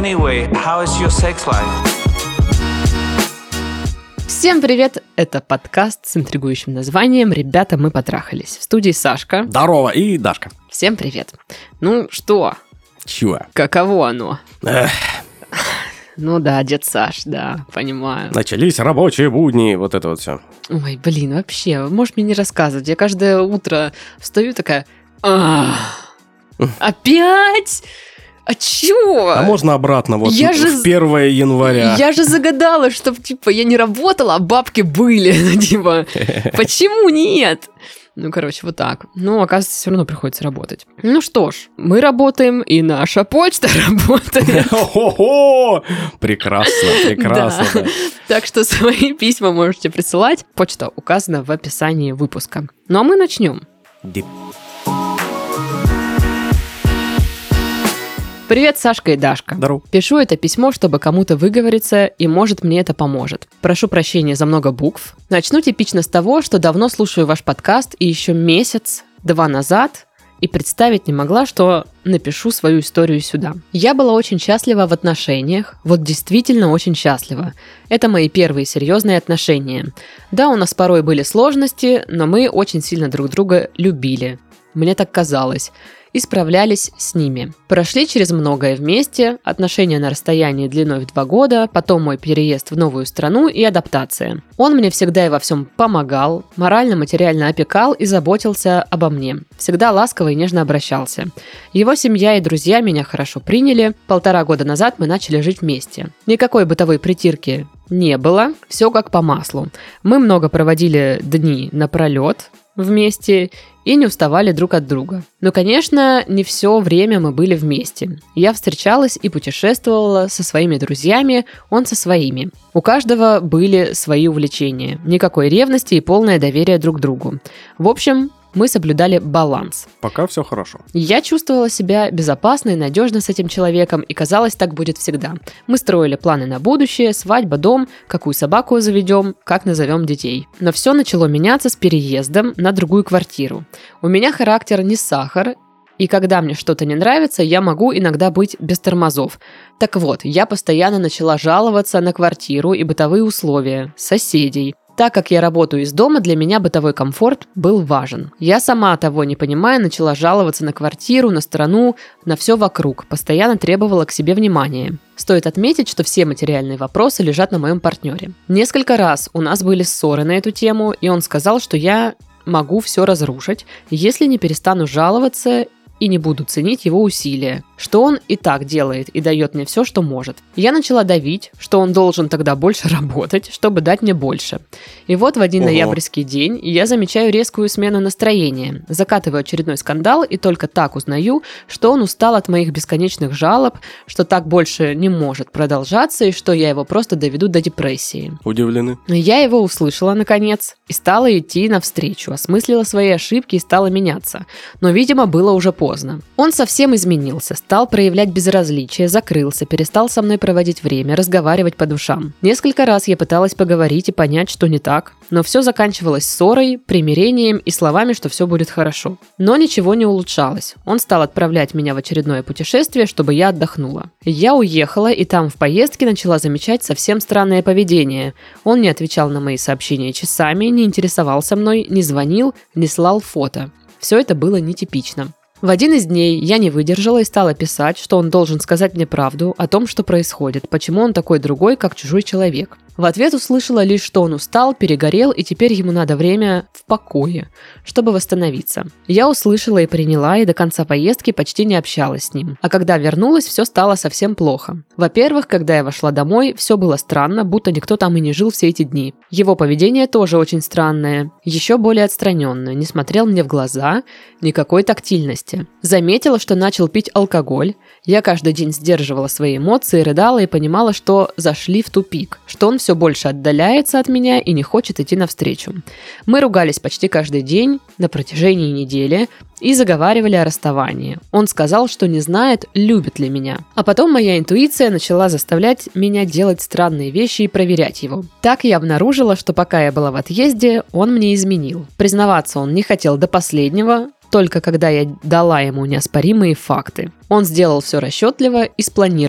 Anyway, how is your sex life? Всем привет! Это подкаст с интригующим названием «Ребята, мы потрахались». В студии Сашка. Здорово, и Дашка. Всем привет. Ну что? Чего? Каково оно? Ну да, дед Саш, да, понимаю. Начались рабочие будни, вот это вот все. Ой, блин, вообще, можешь мне не рассказывать. Я каждое утро встаю такая... Опять? А чё? А можно обратно, вот Я в же 1 января. Я же загадала, чтобы, я не работала, а бабки были. Почему нет? Ну, короче, вот так. Но, оказывается, все равно приходится работать. Ну что ж, мы работаем, и наша почта работает. Хо-хо-хо! Прекрасно, прекрасно. Да. Так что свои письма можете присылать. Почта указана в описании выпуска. Ну, а мы начнем. Привет, Сашка и Дашка. Здорово. Пишу это письмо, чтобы кому-то выговориться, и, может, мне это поможет. Прошу прощения за много букв. Начну типично с того, что давно слушаю ваш подкаст, и еще месяц-два назад и представить не могла, что напишу свою историю сюда. Я была очень счастлива в отношениях, вот действительно очень счастлива. Это мои первые серьезные отношения. Да, у нас порой были сложности, но мы очень сильно друг друга любили. Мне так казалось. И справлялись с ними. Прошли через многое вместе, отношения на расстоянии длиной в 2 года, потом мой переезд в новую страну и адаптация. Он мне всегда и во всем помогал, морально, материально опекал и заботился обо мне. Всегда ласково и нежно обращался. Его семья и друзья меня хорошо приняли. 1,5 года назад мы начали жить вместе. Никакой бытовой притирки не было, все как по маслу. Мы много проводили дни напролет вместе и не уставали друг от друга. Но, конечно, не все время мы были вместе. Я встречалась и путешествовала со своими друзьями, он со своими. У каждого были свои увлечения, никакой ревности и полное доверие друг к другу. В общем, мы соблюдали баланс. Пока все хорошо. Я чувствовала себя безопасно и надежно с этим человеком, и казалось, так будет всегда. Мы строили планы на будущее, свадьба, дом, какую собаку заведем, как назовем детей. Но все начало меняться с переездом на другую квартиру. У меня характер не сахар, и когда мне что-то не нравится, я могу иногда быть без тормозов. Так вот, я постоянно начала жаловаться на квартиру и бытовые условия, соседей. Так как я работаю из дома, для меня бытовой комфорт был важен. Я сама, того не понимая, начала жаловаться на квартиру, на страну, на все вокруг, постоянно требовала к себе внимания. Стоит отметить, что все материальные вопросы лежат на моем партнере. Несколько раз у нас были ссоры на эту тему, и он сказал, что я могу все разрушить, если не перестану жаловаться и не буду ценить его усилия, что он и так делает и дает мне все, что может. Я начала давить, что он должен тогда больше работать, чтобы дать мне больше. И вот в один ноябрьский день я замечаю резкую смену настроения, закатываю очередной скандал и только так узнаю, что он устал от моих бесконечных жалоб, что так больше не может продолжаться и что я его просто доведу до депрессии. Удивлены? Я его услышала наконец и стала идти навстречу, осмыслила свои ошибки и стала меняться. Но, видимо, было уже поздно. Он совсем изменился, стал проявлять безразличие, закрылся, перестал со мной проводить время, разговаривать по душам. Несколько раз я пыталась поговорить и понять, что не так, но все заканчивалось ссорой, примирением и словами, что все будет хорошо. Но ничего не улучшалось. Он стал отправлять меня в очередное путешествие, чтобы я отдохнула. Я уехала, и там в поездке начала замечать совсем странное поведение. Он не отвечал на мои сообщения часами, не интересовался мной, не звонил, не слал фото. Все это было нетипично. В один из дней я не выдержала и стала писать, что он должен сказать мне правду о том, что происходит, почему он такой другой, как чужой человек. В ответ услышала лишь, что он устал, перегорел, и теперь ему надо время в покое, чтобы восстановиться. Я услышала и приняла, и до конца поездки почти не общалась с ним. А когда вернулась, все стало совсем плохо. Во-первых, когда я вошла домой, все было странно, будто никто там и не жил все эти дни. Его поведение тоже очень странное, еще более отстраненное, не смотрел мне в глаза, никакой тактильности. Заметила, что начал пить алкоголь. Я каждый день сдерживала свои эмоции, рыдала и понимала, что зашли в тупик, что он все больше отдаляется от меня и не хочет идти навстречу. Мы ругались почти каждый день на протяжении недели и заговаривали о расставании. Он сказал, что не знает, любит ли меня. А потом моя интуиция начала заставлять меня делать странные вещи и проверять его. Так я обнаружила, что пока я была в отъезде, он мне изменил. Признаваться он не хотел до последнего, только когда я дала ему неоспоримые факты. Он сделал все расчетливо и спланированно.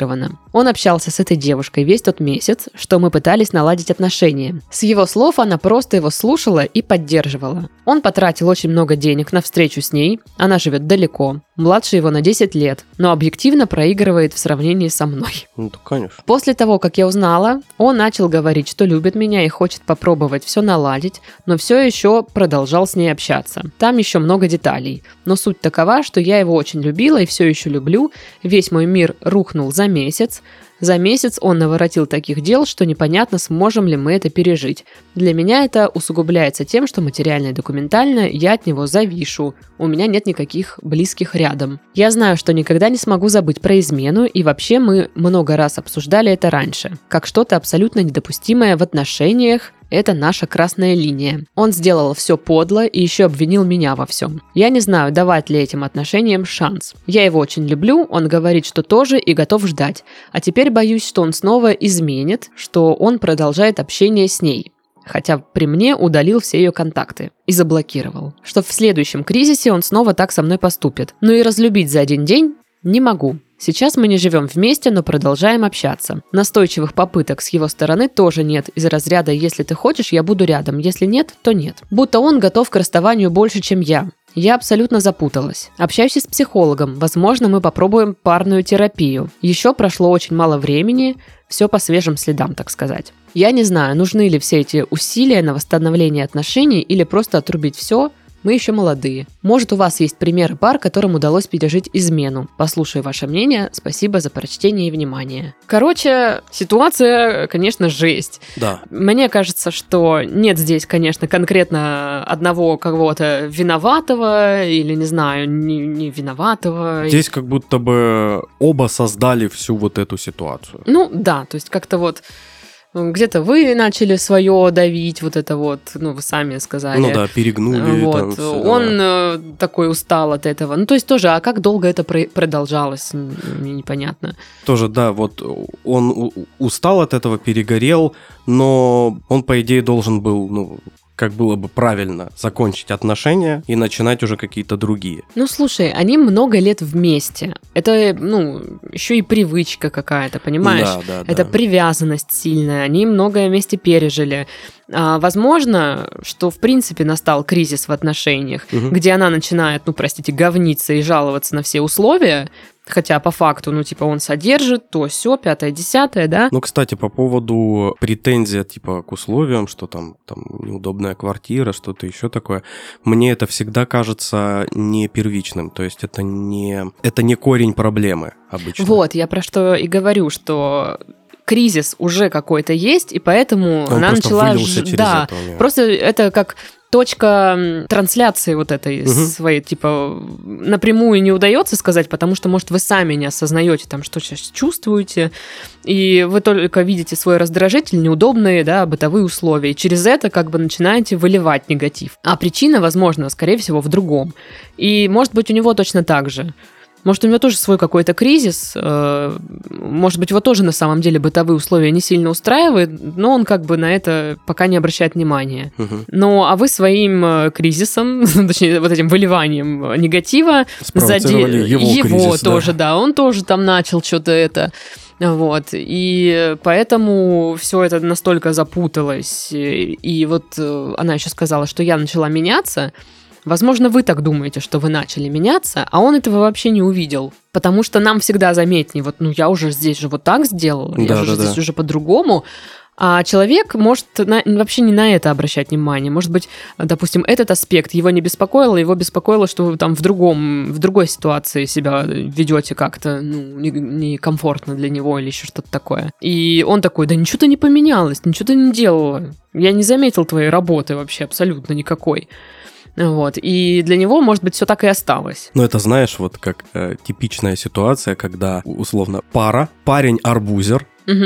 Он общался с этой девушкой весь тот месяц, что мы пытались наладить отношения. С его слов, она просто его слушала и поддерживала. Он потратил очень много денег на встречу с ней, она живет далеко, младше его на 10 лет, но объективно проигрывает в сравнении со мной. Ну, да, конечно. После того, как я узнала, он начал говорить, что любит меня и хочет попробовать все наладить, но все еще продолжал с ней общаться. Там еще много деталей. Но суть такова, что я его очень любила и все еще люблю. Весь мой мир рухнул за месяц. За месяц он наворотил таких дел, что непонятно, сможем ли мы это пережить. Для меня это усугубляется тем, что материально и документально я от него завишу. У меня нет никаких близких рядом. Я знаю, что никогда не смогу забыть про измену, и вообще мы много раз обсуждали это раньше, как что-то абсолютно недопустимое в отношениях. Это наша красная линия. Он сделал все подло и еще обвинил меня во всем. Я не знаю, давать ли этим отношениям шанс. Я его очень люблю, он говорит, что тоже и готов ждать. А теперь боюсь, что он снова изменит, что он продолжает общение с ней. Хотя при мне удалил все ее контакты и заблокировал. Что в следующем кризисе он снова так со мной поступит. Ну и разлюбить за один день не могу. Сейчас мы не живем вместе, но продолжаем общаться. Настойчивых попыток с его стороны тоже нет, из разряда «если ты хочешь, я буду рядом, если нет, то нет». Будто он готов к расставанию больше, чем я. Я абсолютно запуталась. Общаюсь с психологом, возможно, мы попробуем парную терапию. Еще прошло очень мало времени, все по свежим следам, так сказать. Я не знаю, нужны ли все эти усилия на восстановление отношений или просто отрубить все. Мы еще молодые. Может, у вас есть примеры пар, которым удалось пережить измену. Послушаю ваше мнение. Спасибо за прочтение и внимание. Короче, ситуация, конечно, жесть. Да. Мне кажется, что нет здесь, конечно, конкретно одного кого-то виноватого или, не знаю, не виноватого. Здесь как будто бы оба создали всю вот эту ситуацию. Ну, да, то есть как-то вот где-то вы начали свое давить, вот это вот, ну, вы сами сказали. Ну да, перегнули. Вот. Там всё, Он да. такой устал от этого. Ну, то есть тоже, а как долго это продолжалось, мне непонятно. Тоже, да, вот он устал от этого, перегорел, но он, по идее, должен был, ну, как было бы правильно закончить отношения и начинать уже какие-то другие. Ну, слушай, они много лет вместе. Это, ну, еще и привычка какая-то, понимаешь? Да. Это привязанность сильная. Они многое вместе пережили. Возможно, что в принципе настал кризис в отношениях, где она начинает, ну, простите, говниться и жаловаться на все условия, хотя по факту, ну, типа, он содержит, то сё, 5-10, да? Ну, кстати, по поводу претензий, типа, к условиям, что там неудобная квартира, что-то еще такое, мне это всегда кажется не первичным, то есть это не корень проблемы обычно. Вот, я про что и говорю, что кризис уже какой-то есть, и поэтому он она начала... Да, просто это как точка трансляции вот этой своей, типа, напрямую не удается сказать, потому что, может, вы сами не осознаете, там, что сейчас чувствуете, и вы только видите свой раздражитель, неудобные, да, бытовые условия, и через это как бы начинаете выливать негатив. А причина, возможно, скорее всего, в другом. И, может быть, у него точно так же. Может, у него тоже свой какой-то кризис, может быть, его тоже на самом деле бытовые условия не сильно устраивают, но он как бы на это пока не обращает внимания. Ну, а вы своим кризисом, точнее, вот этим выливанием негатива спровоцировали его кризис, тоже, да, он тоже там начал что-то это... Вот, и поэтому все это настолько запуталось, и вот она еще сказала, что я начала меняться. Возможно, вы так думаете, что вы начали меняться, а он этого вообще не увидел. Потому что нам всегда заметнее, вот, ну, я уже здесь же вот так сделала, я же здесь уже по-другому. А человек может вообще не на это обращать внимание. Может быть, допустим, этот аспект его не беспокоило, его беспокоило, что вы там в другой ситуации себя ведете как-то, ну, некомфортно для него или еще что-то такое. И он такой, да ничего-то не поменялось, ничего ты не делала. Я не заметил твоей работы вообще абсолютно никакой. Вот. И для него, может быть, все так и осталось. Ну, это, знаешь, вот как типичная ситуация, когда, условно, парень арбузер,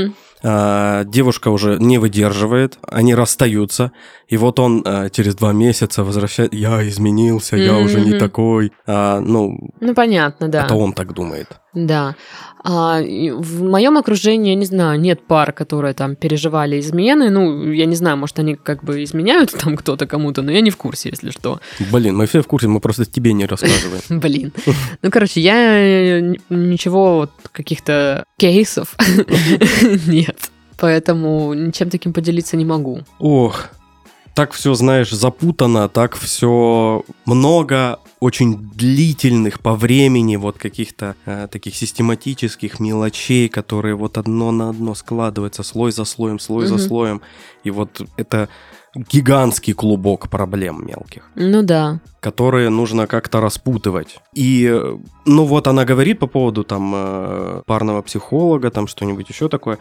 девушка уже не выдерживает, они расстаются, и вот он через 2 месяца возвращает, я изменился, я уже не такой. Ну, понятно, да. Это он так думает. Да. В моем окружении, я не знаю, нет пар, которые там переживали измены. Ну, я не знаю, может, они как бы изменяют там кто-то кому-то, но я не в курсе, если что. Блин, мы все в курсе, мы просто тебе не рассказываем. Блин. Ну, короче, я ничего, вот каких-то кейсов нет. Поэтому ничем таким поделиться не могу. Ох, так все, знаешь, запутано, так все много очень длительных по времени вот каких-то таких систематических мелочей, которые вот одно на одно складываются, слой за слоем, за слоем. И вот это гигантский клубок проблем мелких. Ну да. Которые нужно как-то распутывать. И, ну вот она говорит по поводу там парного психолога, там что-нибудь еще такое.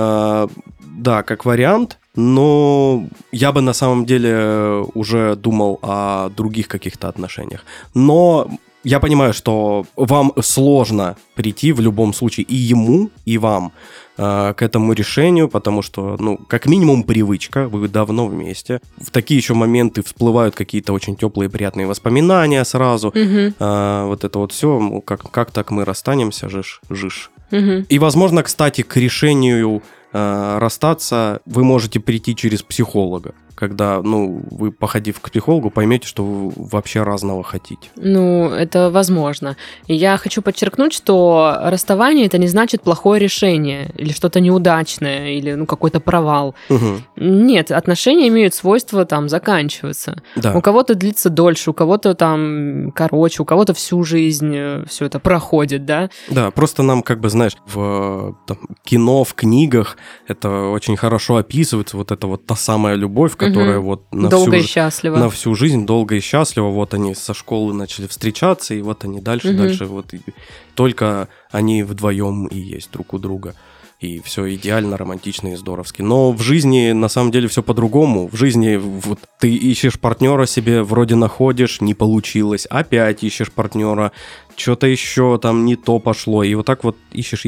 Да, как вариант, но я бы на самом деле уже думал о других каких-то отношениях. Но я понимаю, что вам сложно прийти в любом случае и ему, и вам к этому решению, потому что, ну, как минимум привычка, вы давно вместе. В такие еще моменты всплывают какие-то очень теплые, приятные воспоминания сразу. Вот это вот все, как так мы расстанемся, жиж. И, возможно, кстати, к решению расстаться вы можете прийти через психолога, когда, ну, вы, походив к психологу, поймете, что вы вообще разного хотите. Ну, это возможно. И я хочу подчеркнуть, что расставание – это не значит плохое решение, или что-то неудачное, или, ну, какой-то провал. Нет, отношения имеют свойство, там, заканчиваться. Да. У кого-то длится дольше, у кого-то, там, короче, у кого-то всю жизнь все это проходит, да? Да, просто нам, как бы, знаешь, в там, кино, в книгах это очень хорошо описывается, вот эта вот та самая любовь, которая вот долго и счастливо. На всю жизнь долго и счастливо. Вот они со школы начали встречаться, и вот они дальше, вот и только они вдвоем и есть друг у друга. И все идеально, романтично и здоровски. Но в жизни на самом деле все по-другому. В жизни вот ты ищешь партнера себе, вроде находишь, не получилось. Опять ищешь партнера, что-то еще там не то пошло. И вот так вот ищешь.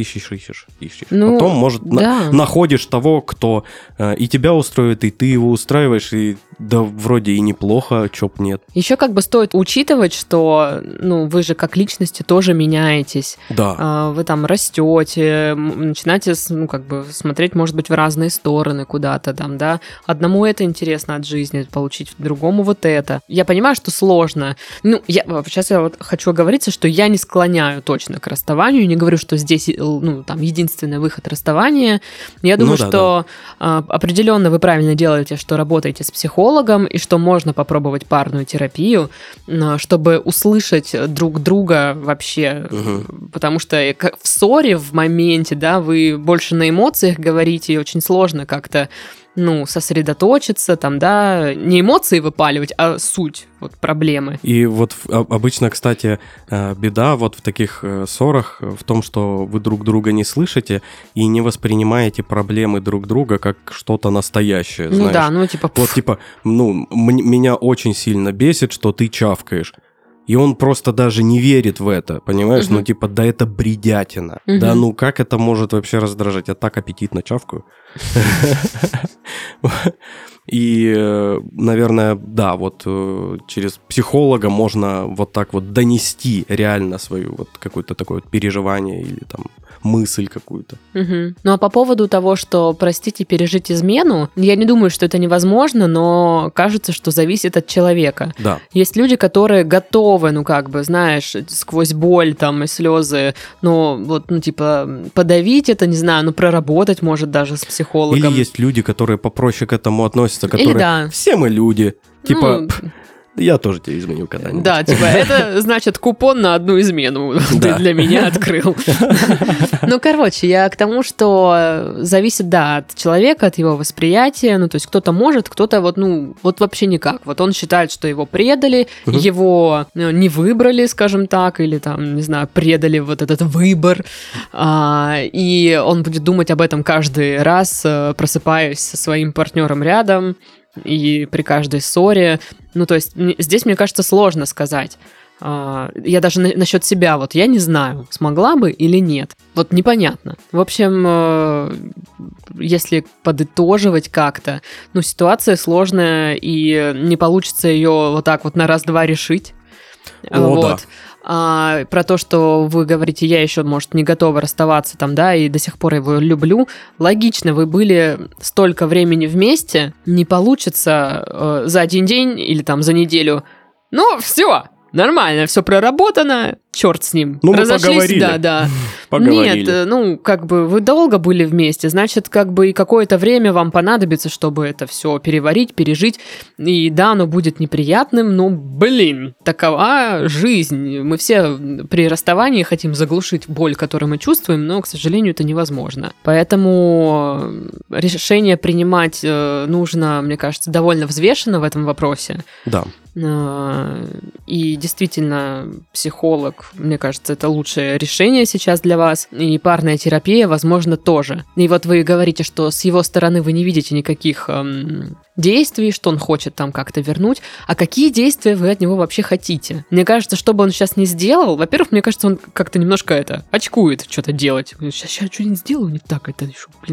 Ну, потом, может, находишь того, кто и тебя устроит, и ты его устраиваешь, и да вроде и неплохо, чё б нет. Еще как бы стоит учитывать, что, ну, вы же как личности тоже меняетесь. Да. Вы там растете, начинаете, ну, как бы смотреть, может быть, в разные стороны куда-то там, да. Одному это интересно от жизни, получить другому вот это. Я понимаю, что сложно. Ну, сейчас я вот хочу оговориться, что я не склоняю точно к расставанию, не говорю, что здесь, ну, там, единственный выход расставания. Я думаю, что определенно вы правильно делаете, что работаете с психологом, и что можно попробовать парную терапию, чтобы услышать друг друга вообще, потому что в ссоре, в моменте, да, вы больше на эмоциях говорите, и очень сложно как-то, ну, сосредоточиться, там, да, не эмоции выпаливать, а суть вот проблемы. И вот обычно, кстати, беда вот в таких ссорах в том, что вы друг друга не слышите и не воспринимаете проблемы друг друга как что-то настоящее, знаешь. Ну да, ну типа... Вот типа, ну, меня очень сильно бесит, что ты чавкаешь. И он просто даже не верит в это, понимаешь? Ну, типа, да это бредятина. Да ну как это может вообще раздражать? Я так аппетитно чавкаю. И, наверное, да, вот через психолога можно вот так вот донести реально свою вот какое-то такое вот переживание или там мысль какую-то. Ну а по поводу того, что простить и пережить измену, я не думаю, что это невозможно, но кажется, что зависит от человека. Да. Есть люди, которые готовы, ну как бы, знаешь, сквозь боль там и слезы, ну вот, ну типа подавить это, не знаю, ну проработать может даже с психологом. Или есть люди, которые попроще к этому относятся, которые все мы люди, типа... Я тоже тебя изменю когда-нибудь. Да, типа, это значит купон на одну измену ты для меня открыл. Ну, короче, я к тому, что зависит, да, от человека, от его восприятия. Ну, то есть кто-то может, кто-то вот, ну, вот вообще никак. Вот он считает, что его предали, его не выбрали, скажем так, или там, не знаю, предали вот этот выбор. И он будет думать об этом каждый раз, просыпаясь со своим партнером рядом. И при каждой ссоре, ну, то есть здесь, мне кажется, сложно сказать. Я даже насчет себя, вот я не знаю, смогла бы или нет. Вот непонятно. В общем, если подытоживать как-то, ну, ситуация сложная, и не получится ее вот так вот на раз-два решить. О, вот. да. про то, что вы говорите, я еще, может, не готова расставаться там, да, и до сих пор его люблю. Логично, вы были столько времени вместе, не получится за один день или там за неделю. Ну, все, нормально, все проработано, черт с ним. Ну, мы разошлись, поговорили. Да. Поговорили. Нет, ну, как бы вы долго были вместе, значит, как бы и какое-то время вам понадобится, чтобы это все переварить, пережить. И да, оно будет неприятным, но, блин, такова жизнь. Мы все при расставании хотим заглушить боль, которую мы чувствуем, но, к сожалению, это невозможно. Поэтому решение принимать нужно, мне кажется, довольно взвешенно в этом вопросе. Да. И действительно, психолог, мне кажется, это лучшее решение сейчас для вас. И парная терапия, возможно, тоже. И вот вы говорите, что с его стороны вы не видите никаких действий, что он хочет там как-то вернуть. А какие действия вы от него вообще хотите? Мне кажется, что бы он сейчас не сделал, во-первых, мне кажется, он как-то немножко очкует что-то делать. Сейчас что-нибудь сделаю не так, это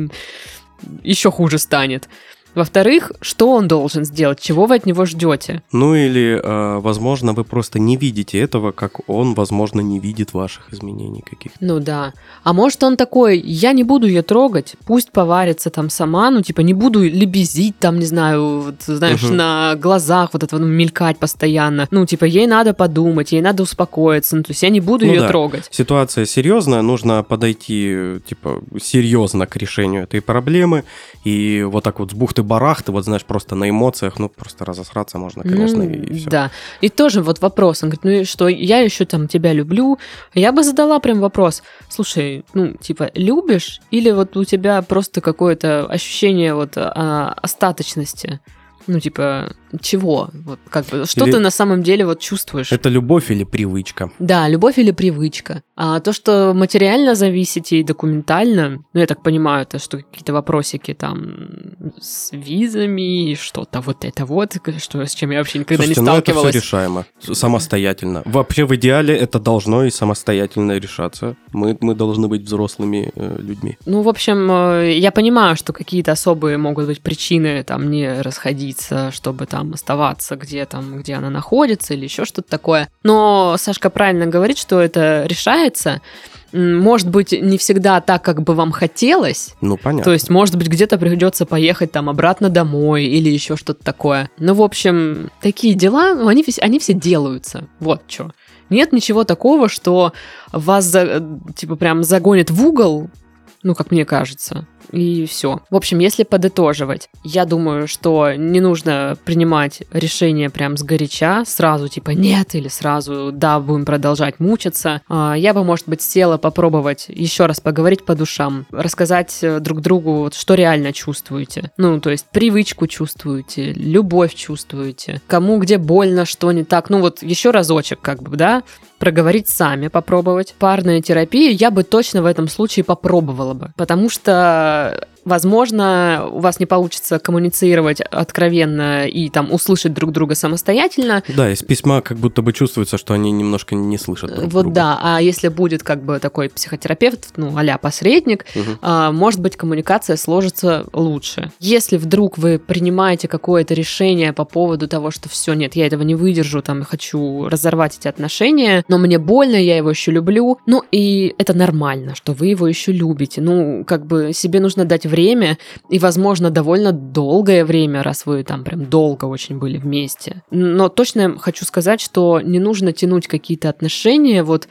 еще хуже станет. Во-вторых, что он должен сделать? Чего вы от него ждете? Ну или, возможно, вы просто не видите этого, как он, возможно, не видит ваших изменений каких-то. Ну да. А может он такой, я не буду ее трогать, пусть поварится там сама, ну типа не буду лебезить там, не знаю, вот, знаешь, на глазах вот этого мелькать постоянно. Ну типа ей надо подумать, ей надо успокоиться, ну то есть я не буду ее трогать. Ситуация серьезная, нужно подойти типа серьезно к решению этой проблемы, и вот так вот с бухты-барахты, вот знаешь, просто на эмоциях, ну просто разосраться можно, конечно, и все. Да. И тоже вот вопрос, он говорит, ну и что, я еще там тебя люблю. Я бы задала прям вопрос, слушай, ну типа любишь или вот у тебя просто какое-то ощущение вот остаточности? Ну, типа, чего? Вот, как бы, что ты на самом деле вот чувствуешь? Это любовь или привычка? Да, любовь или привычка. А то, что материально зависите и документально, ну, я так понимаю, это что какие-то вопросики там с визами и что-то вот это вот, что, с чем я вообще никогда не сталкивалась. Ну, это все решаемо, самостоятельно. Вообще, в идеале, это должно и самостоятельно решаться. Мы должны быть взрослыми людьми. Ну, в общем, я понимаю, что какие-то особые могут быть причины там не расходиться, чтобы там оставаться где она находится или еще что-то такое. Но Сашка правильно говорит, что это решается. Может быть, не всегда так, как бы вам хотелось. Ну, понятно. То есть, может быть, где-то придется поехать там обратно домой или еще что-то такое. Ну, в общем, такие дела, они все делаются. Вот что. Нет ничего такого, что вас типа прям загонит в угол, ну, как мне кажется, и все. В общем, если подытоживать, я думаю, что не нужно принимать решение прям сгоряча, сразу типа нет, или сразу да, будем продолжать мучиться. Я бы, может быть, села попробовать еще раз поговорить по душам, рассказать друг другу, вот, что реально чувствуете. Ну, то есть привычку чувствуете, любовь чувствуете, кому где больно, что не так. Ну, вот еще разочек, как бы, да, проговорить сами, попробовать. Парную терапию я бы точно в этом случае попробовала бы, потому что, возможно, у вас не получится коммуницировать откровенно и там услышать друг друга самостоятельно. Да, из письма как будто бы чувствуется, что они немножко не слышат друг друга. Вот да, а если будет как бы такой психотерапевт, ну, а-ля посредник, может быть, коммуникация сложится лучше. Если вдруг вы принимаете какое-то решение по поводу того, что все, нет, я этого не выдержу, там, хочу разорвать эти отношения, но мне больно, я его еще люблю, ну, и это нормально, что вы его еще любите. Ну, как бы себе нужно дать время, и, возможно, довольно долгое время, раз вы там прям долго очень были вместе. Но точно хочу сказать, что не нужно тянуть какие-то отношения вот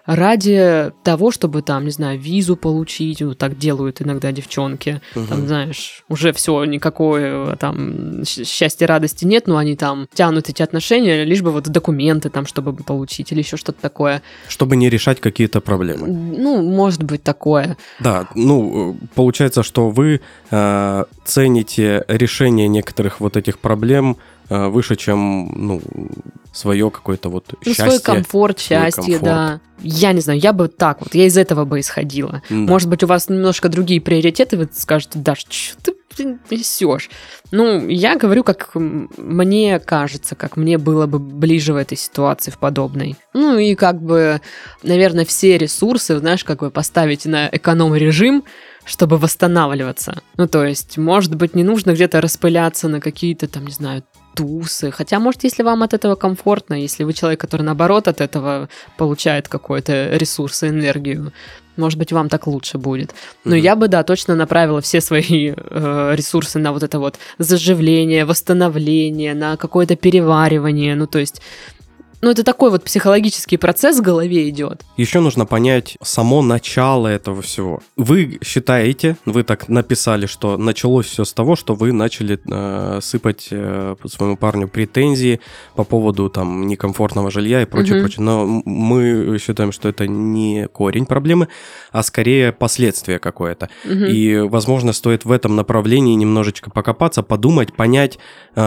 ради того, чтобы там, не знаю, визу получить, вот так делают иногда девчонки, там, знаешь, уже все, никакой там счастья, радости нет, но они там тянут эти отношения, лишь бы вот документы там, чтобы получить или еще что-то такое. Чтобы не решать какие-то проблемы. Ну, может быть такое. Да, ну, получается, что вы цените решение некоторых вот этих проблем выше, чем, ну, свое какое-то вот счастье. Свой комфорт, счастье, да. Я не знаю, я бы так вот, я из этого бы исходила. Да. Может быть, у вас немножко другие приоритеты, вы скажете, Даш, ты ты несешь? Ну, я говорю, как мне кажется, как мне было бы ближе в этой ситуации, в подобной. Ну, и как бы, наверное, все ресурсы, знаешь, как бы поставить на эконом-режим, чтобы восстанавливаться. Ну, то есть, может быть, не нужно где-то распыляться на какие-то, там, не знаю, тусы. Хотя, может, если вам от этого комфортно, если вы человек, который, наоборот, от этого получает какой-то ресурс и энергию, может быть, вам так лучше будет. Но я бы, да, точно направила все свои ресурсы на вот это вот заживление, восстановление, на какое-то переваривание. Ну, то есть... Ну, это такой вот психологический процесс в голове идет. Еще нужно понять само начало этого всего. Вы считаете, вы так написали, что началось все с того, что вы начали сыпать своему парню претензии по поводу там некомфортного жилья и прочее, прочее. Но мы считаем, что это не корень проблемы, а скорее последствие какое-то. И, возможно, стоит в этом направлении немножечко покопаться, подумать, понять,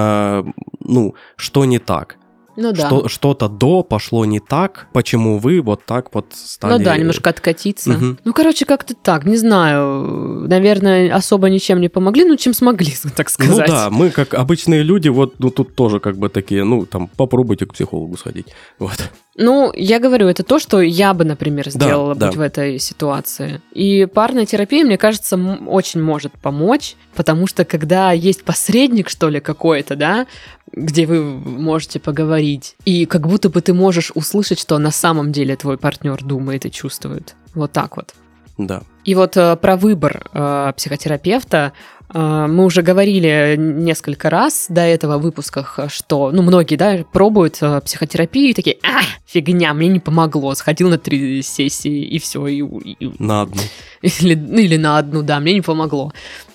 ну, что не так. Ну да. Что-то до пошло не так, почему вы вот так вот стали... Ну да, немножко откатиться. Ну, короче, как-то так, не знаю. Наверное, особо ничем не помогли, ну, чем смогли, так сказать. Ну да, мы как обычные люди, вот, ну, тут тоже как бы такие, ну, там, попробуйте к психологу сходить, вот. Ну, я говорю, это то, что я бы, например, сделала быть в этой ситуации. И парная терапия, мне кажется, очень может помочь, потому что когда есть посредник, что ли, какой-то, да, где вы можете поговорить, и как будто бы ты можешь услышать, что на самом деле твой партнер думает и чувствует. Вот так вот. Да. И вот про выбор психотерапевта мы уже говорили несколько раз до этого в выпусках, что, ну, многие, да, пробуют психотерапию и такие, фигня, мне не помогло, сходил на 3 сессии и все. На одну. Или на одну, да, мне не помогло.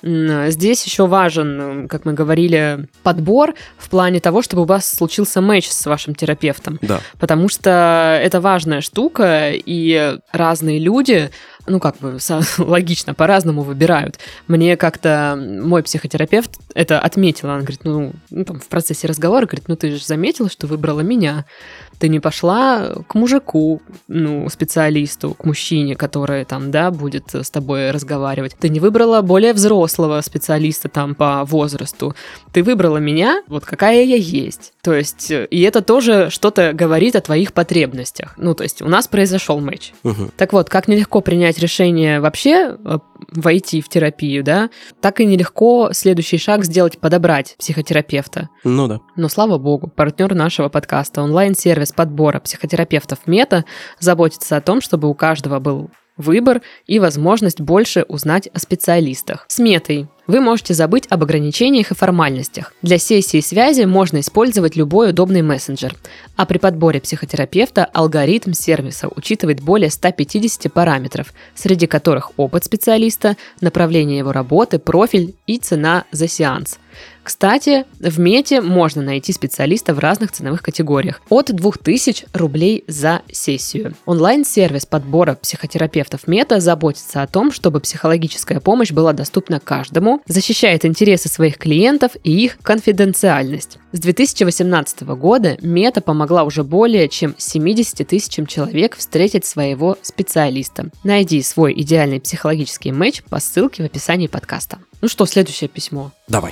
Здесь еще важен, как мы говорили, подбор в плане того, чтобы у вас случился матч с вашим терапевтом. Да. Потому что это важная штука, и разные люди, ну, как бы, логично, по-разному выбирают. Мне как-то мой психотерапевт это отметила. Она говорит, ну там, в процессе разговора, говорит, ну, ты же заметила, что выбрала меня. Ты не пошла к мужику, ну, специалисту, к мужчине, который там, да, будет с тобой разговаривать. Ты не выбрала более взрослого специалиста там по возрасту. Ты выбрала меня, вот какая я есть. То есть, и это тоже что-то говорит о твоих потребностях. Ну, то есть, у нас произошел матч. Так вот, как нелегко принять решение вообще войти в терапию, да, так и нелегко следующий шаг сделать, подобрать психотерапевта. Ну да. Но, слава богу, партнер нашего подкаста, онлайн-сервис подбора психотерапевтов Мета, заботится о том, чтобы у каждого был выбор и возможность больше узнать о специалистах. С Метой вы можете забыть об ограничениях и формальностях. Для сессии связи можно использовать любой удобный мессенджер. А при подборе психотерапевта алгоритм сервиса учитывает более 150 параметров, среди которых опыт специалиста, направление его работы, профиль и цена за сеанс. Кстати, в Мете можно найти специалиста в разных ценовых категориях. От 2000 рублей за сессию. Онлайн-сервис подбора психотерапевтов Мета заботится о том, чтобы психологическая помощь была доступна каждому, защищает интересы своих клиентов и их конфиденциальность. С 2018 года Мета помогла уже более чем 70 тысячам человек встретить своего специалиста. Найди свой идеальный психологический матч по ссылке в описании подкаста. Ну что, следующее письмо. Давай.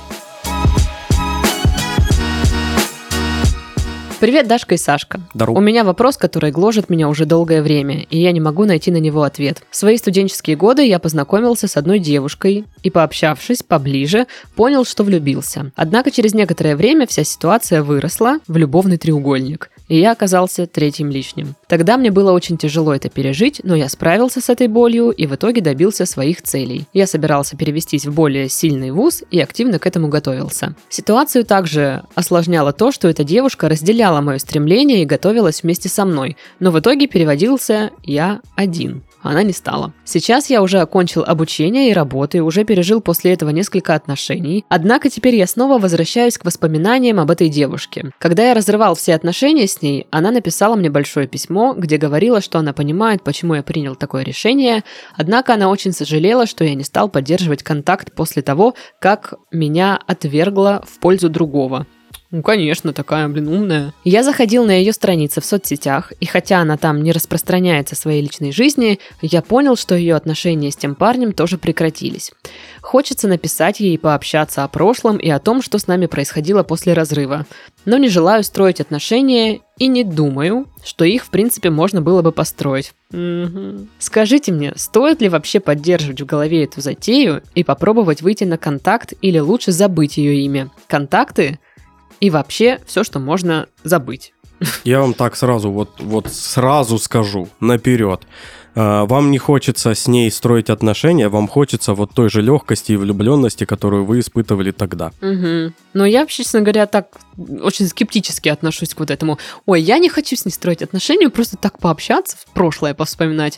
Привет, Дашка и Сашка. Здорово. У меня вопрос, который гложет меня уже долгое время, и я не могу найти на него ответ. В свои студенческие годы я познакомился с одной девушкой и, пообщавшись поближе, понял, что влюбился. Однако через некоторое время вся ситуация выросла в любовный треугольник, и я оказался третьим лишним. Тогда мне было очень тяжело это пережить, но я справился с этой болью и в итоге добился своих целей. Я собирался перевестись в более сильный вуз и активно к этому готовился. Ситуацию также осложняло то, что эта девушка разделяла мое стремление и готовилась вместе со мной, но в итоге переводился я один. Она не стала. Сейчас я уже окончил обучение и работу и уже пережил после этого несколько отношений. Однако теперь я снова возвращаюсь к воспоминаниям об этой девушке. Когда я разрывал все отношения с ней, она написала мне большое письмо, где говорила, что она понимает, почему я принял такое решение, однако она очень сожалела, что я не стал поддерживать контакт после того, как меня отвергла в пользу другого. Ну, конечно, такая, умная. Я заходил на ее страницы в соцсетях, и хотя она там не распространяется о своей личной жизни, я понял, что ее отношения с тем парнем тоже прекратились. Хочется написать ей и пообщаться о прошлом и о том, что с нами происходило после разрыва. Но не желаю строить отношения и не думаю, что их, в принципе, можно было бы построить. Скажите мне, стоит ли вообще поддерживать в голове эту затею и попробовать выйти на контакт или лучше забыть ее имя? Контакты? И вообще все, что можно забыть. Я вам так сразу, вот сразу скажу, наперед. Вам не хочется с ней строить отношения, вам хочется вот той же легкости и влюбленности, которую вы испытывали тогда. Угу. Но я вообще, честно говоря, так очень скептически отношусь к вот этому. Ой, я не хочу с ней строить отношения, просто так пообщаться, в прошлое повспоминать.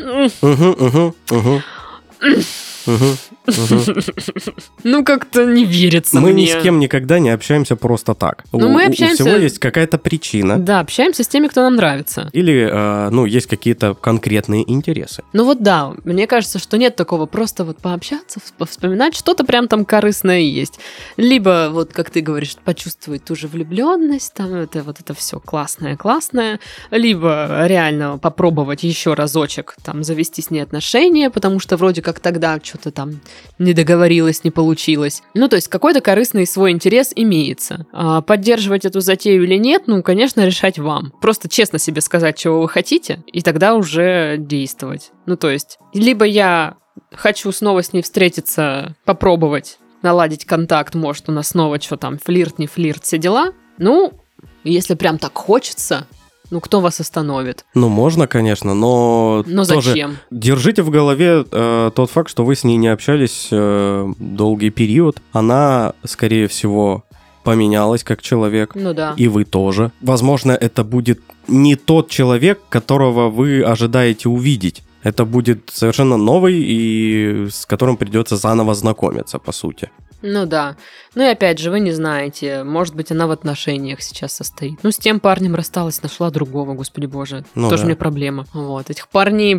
Ну, как-то не верится мне. Мы ни с кем никогда не общаемся просто так. Ну, мы общаемся... У всего есть какая-то причина. Да, общаемся с теми, кто нам нравится. Или, есть какие-то конкретные интересы. Ну вот да, мне кажется, что нет такого просто вот пообщаться, вспоминать, что-то прям там корыстное есть. Либо, вот как ты говоришь, почувствовать ту же влюбленность, там это все классное, либо реально попробовать еще разочек там завести с ней отношения, потому что вроде как тогда что-то там не договорилось, не получилось. Ну, то есть какой-то корыстный свой интерес имеется. А поддерживать эту затею или нет, ну, конечно, решать вам. Просто честно себе сказать, чего вы хотите, и тогда уже действовать. Ну, то есть, либо я хочу снова с ней встретиться, попробовать наладить контакт, может, у нас снова что там, флирт, не флирт, все дела. Ну, если прям так хочется... Ну, кто вас остановит? Ну, можно, конечно, но тоже зачем? Держите в голове тот факт, что вы с ней не общались долгий период. Она, скорее всего, поменялась как человек. Ну да. И вы тоже. Возможно, это будет не тот человек, которого вы ожидаете увидеть. Это будет совершенно новый и с которым придется заново знакомиться, по сути. Ну да. Ну и опять же, вы не знаете, может быть, она в отношениях сейчас состоит. Ну, с тем парнем рассталась, нашла другого, господи боже. Ну, тоже да. мне проблема. Вот, этих парней,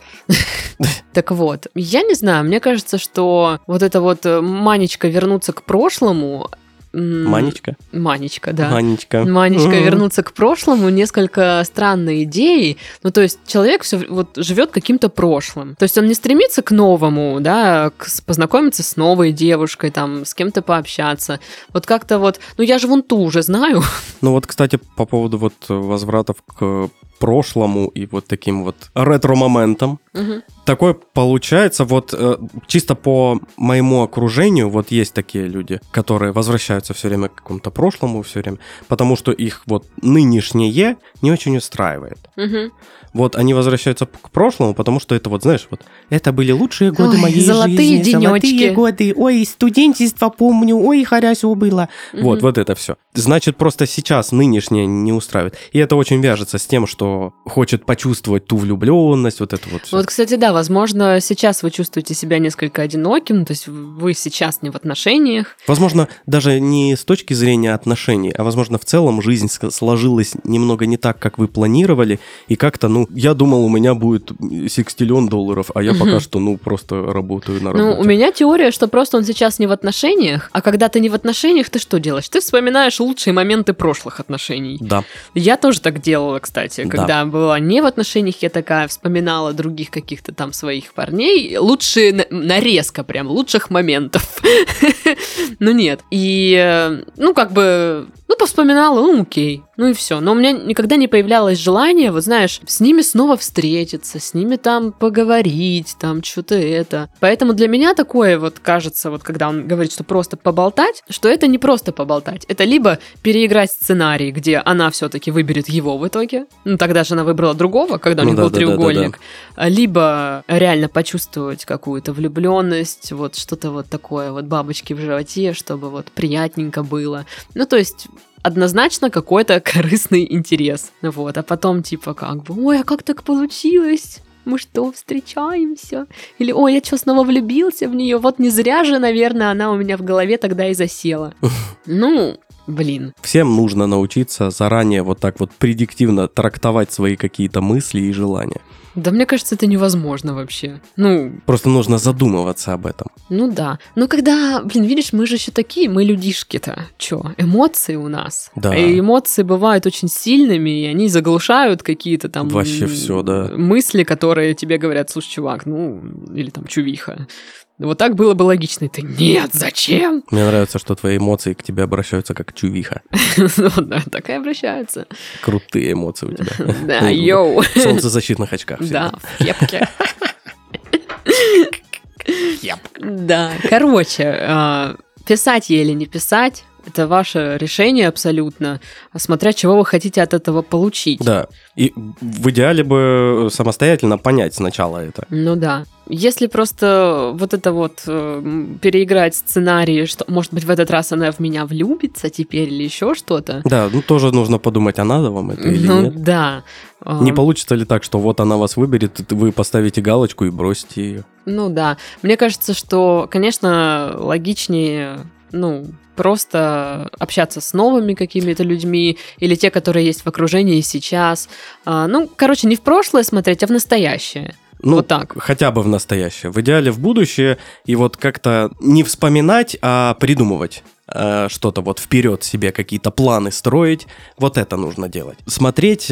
Так вот, я не знаю, мне кажется, что вот эта вот манечка вернуться к прошлому... Манечка? Манечка, да. Манечка вернуться к прошлому, несколько странной идеей. Ну, то есть человек все вот живет каким-то прошлым. То есть он не стремится к новому, да, познакомиться с новой девушкой, там, с кем-то пообщаться. Вот как-то вот, ну, я же вон ту уже знаю. Ну, вот, кстати, по поводу вот возвратов к прошлому и вот таким вот ретро-моментам. Угу. Такое получается, вот чисто по моему окружению, вот есть такие люди, которые возвращаются все время к какому-то прошлому, все время, потому что их вот нынешнее не очень устраивает. Угу. Вот они возвращаются к прошлому, потому что это вот, знаешь, вот это были лучшие годы моей золотые жизни. денечки. Золотые годы. Ой, студенчество помню, ой, хорошо было. Угу. Вот это все. Значит, просто сейчас нынешнее не устраивает. И это очень вяжется с тем, что хочет почувствовать ту влюбленность, вот это вот все. Вот, кстати, да, возможно, сейчас вы чувствуете себя несколько одиноким, то есть вы сейчас не в отношениях. Возможно, даже не с точки зрения отношений, а, возможно, в целом жизнь сложилась немного не так, как вы планировали, и как-то, ну, я думал, у меня будет $60 миллион, а я пока что, ну, просто работаю на работе. Ну, у меня теория, что просто он сейчас не в отношениях, а когда ты не в отношениях, ты что делаешь? Ты вспоминаешь лучшие моменты прошлых отношений. Да. Я тоже так делала, кстати. Когда Да. была не в отношениях, я такая вспоминала других каких-то там своих парней. Лучшие, нарезка прям, лучших моментов. Ну нет. И, ну, как бы, ну, повспоминала, ну, окей. Ну и все. Но у меня никогда не появлялось желание, вот знаешь, с ними снова встретиться, с ними там поговорить, там что-то это. Поэтому для меня такое вот кажется, вот когда он говорит, что просто поболтать, что это не просто поболтать. Это либо переиграть сценарий, где она все-таки выберет его в итоге. Ну тогда же она выбрала другого, когда у них был треугольник. Либо реально почувствовать какую-то влюбленность, вот что-то вот такое, вот бабочки в животе, чтобы вот приятненько было. Ну то есть... однозначно какой-то корыстный интерес. Вот, а потом типа как бы, ой, а как так получилось? Мы что, встречаемся? Или, ой, я что, снова влюбился в нее? Вот не зря же, наверное, она у меня в голове тогда и засела. Ну, блин. Всем нужно научиться заранее вот так вот предиктивно трактовать свои какие-то мысли и желания. Да, мне кажется, это невозможно вообще. Просто нужно задумываться об этом. Ну да. Но когда, видишь, мы же еще такие, мы людишки-то. Чё, эмоции у нас. Да. И эмоции бывают очень сильными, и они заглушают какие-то там... Вообще всё, да. Мысли, которые тебе говорят, слушай, чувак, или там чувиха. Вот так было бы логично. И ты, нет, зачем? Мне нравится, что твои эмоции к тебе обращаются как чувиха. Ну да, так и обращаются. Крутые эмоции у тебя. Да, йоу. В солнцезащитных очках. Да, в кепке. Да, короче, писать ей или не писать, это ваше решение абсолютно, смотря чего вы хотите от этого получить. Да, и в идеале бы самостоятельно понять сначала это. Ну да. Если просто вот это вот переиграть сценарий, что, может быть, в этот раз она в меня влюбится теперь или еще что-то. Да, тоже нужно подумать, а надо вам это или нет. Ну да. Не получится ли так, что вот она вас выберет, вы поставите галочку и бросите ее? Ну да. Мне кажется, что, конечно, логичнее, просто общаться с новыми какими-то людьми или те, которые есть в окружении сейчас. Не в прошлое смотреть, а в настоящее. Вот так. Хотя бы в настоящее. В идеале в будущее. И вот как-то не вспоминать, а придумывать что-то вот вперед себе, какие-то планы строить. Вот это нужно делать. Смотреть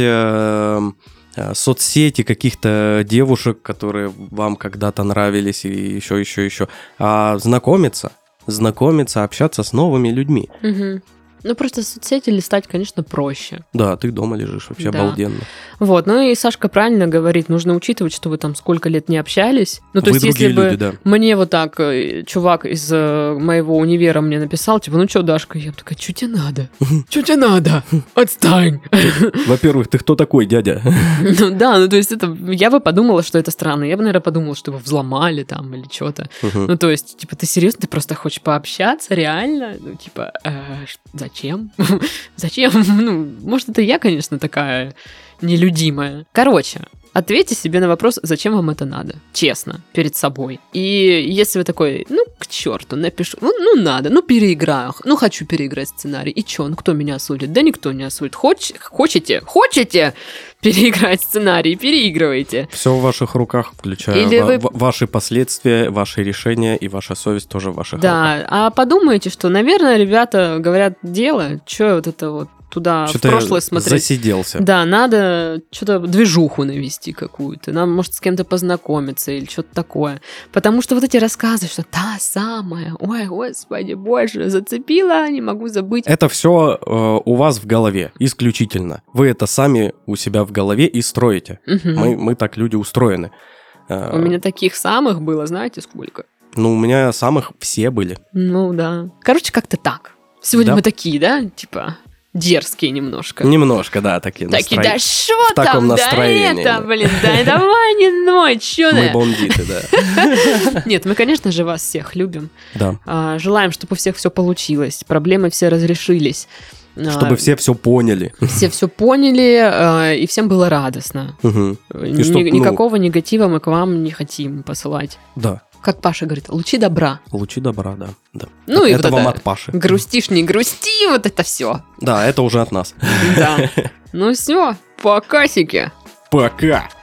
соцсети каких-то девушек, которые вам когда-то нравились, и еще. А знакомиться, общаться с новыми людьми. Угу. Просто соцсети листать, конечно, проще. Да, ты дома лежишь, вообще Да. обалденно. Вот, и Сашка правильно говорит, нужно учитывать, что вы там сколько лет не общались. То есть, если бы люди, да. мне вот так чувак из моего универа мне написал, типа, что, Дашка? Я такая, что тебе надо? Что тебе надо? Отстань! Во-первых, ты кто такой, дядя? То есть это я бы подумала, что это странно. Я бы, наверное, подумала, что его взломали там или что-то. То есть, типа, ты серьезно? Ты просто хочешь пообщаться? Реально? Зачем? Зачем? Может, это я, конечно, такая нелюдимая. Короче, ответьте себе на вопрос, зачем вам это надо. Честно, перед собой. И если вы такой, к черту, напишу, надо, переиграю, хочу переиграть сценарий. И чё, кто меня осудит? Да никто не осудит. Хотите переиграть сценарий, переигрывайте. Все в ваших руках, включая ваши последствия, ваши решения, и ваша совесть тоже в ваших руках. Да, а подумайте, что, наверное, ребята говорят, дело, чё вот это вот туда что-то в прошлое смотреть. Засиделся. Да, надо что-то движуху навести какую-то. Нам, может, с кем-то познакомиться или что-то такое. Потому что вот эти рассказы, что та самая, ой, господи, боже, зацепила, не могу забыть. Это все у вас в голове, исключительно. Вы это сами у себя в голове и строите. Мы так люди устроены. У меня таких самых было, знаете, сколько? У меня самых все были. Да. Короче, как-то так. Сегодня мы такие, да, типа... Дерзкие немножко. Немножко, да, такие настроения. Такие, да что там, да это, давай не ной, чё Мы бандиты, да. Нет, мы, конечно же, вас всех любим. Да. Желаем, чтобы у всех все получилось, проблемы все разрешились. Чтобы все поняли. Все поняли, и всем было радостно. Никакого негатива мы к вам не хотим посылать. Да. Как Паша говорит, лучи добра. Лучи добра, да. И это вот вам это от Паши. Грустишь, не грусти, вот это все. Да, это уже от нас. Да. Все, покасики. Пока.